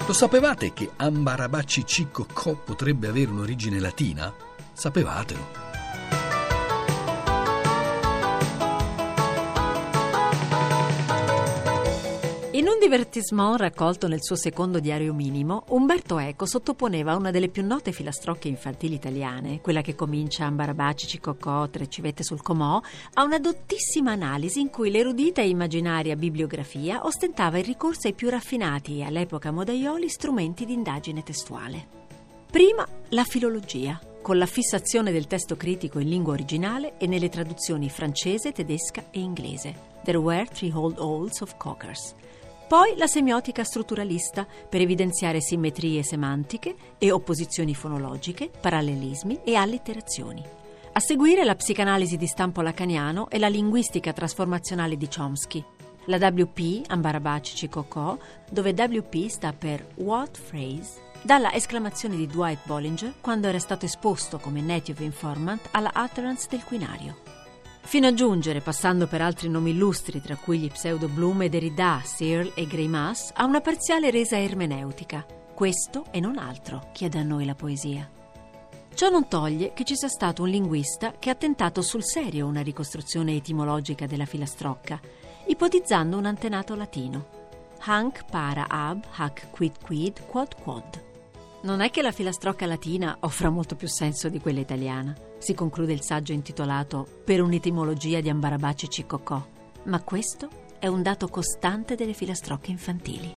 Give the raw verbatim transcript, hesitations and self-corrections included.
Lo sapevate che Ambarabacci Ciccocò potrebbe avere un'origine latina? Sapevatelo. In un divertissement raccolto nel suo secondo diario minimo, Umberto Eco sottoponeva una delle più note filastrocche infantili italiane, quella che comincia Ambarabacci Ciccocò, tre civette sul comò, a una dottissima analisi in cui l'erudita e immaginaria bibliografia ostentava il ricorso ai più raffinati e all'epoca modaioli strumenti di indagine testuale. Prima la filologia, con la fissazione del testo critico in lingua originale e nelle traduzioni francese, tedesca e inglese. There were three whole halls of Cockers. Poi la semiotica strutturalista, per evidenziare simmetrie semantiche e opposizioni fonologiche, parallelismi e allitterazioni. A seguire la psicanalisi di stampo lacaniano e la linguistica trasformazionale di Chomsky. La W P, Ambarabacci Ciccocò, dove W P sta per What Phrase, dalla esclamazione di Dwight Bollinger quando era stato esposto come native informant alla utterance del quinario. Fino a giungere, passando per altri nomi illustri, tra cui gli pseudo Bloom e Derrida, Searle e Greimas, a una parziale resa ermeneutica. Questo e non altro chiede a noi la poesia. Ciò non toglie che ci sia stato un linguista che ha tentato sul serio una ricostruzione etimologica della filastrocca, ipotizzando un antenato latino. Hanc para ab hac quid quid quod quod. Non è che la filastrocca latina offra molto più senso di quella italiana, si conclude il saggio intitolato Per un'etimologia di Ambarabacci Ciccocò, ma questo è un dato costante delle filastrocche infantili.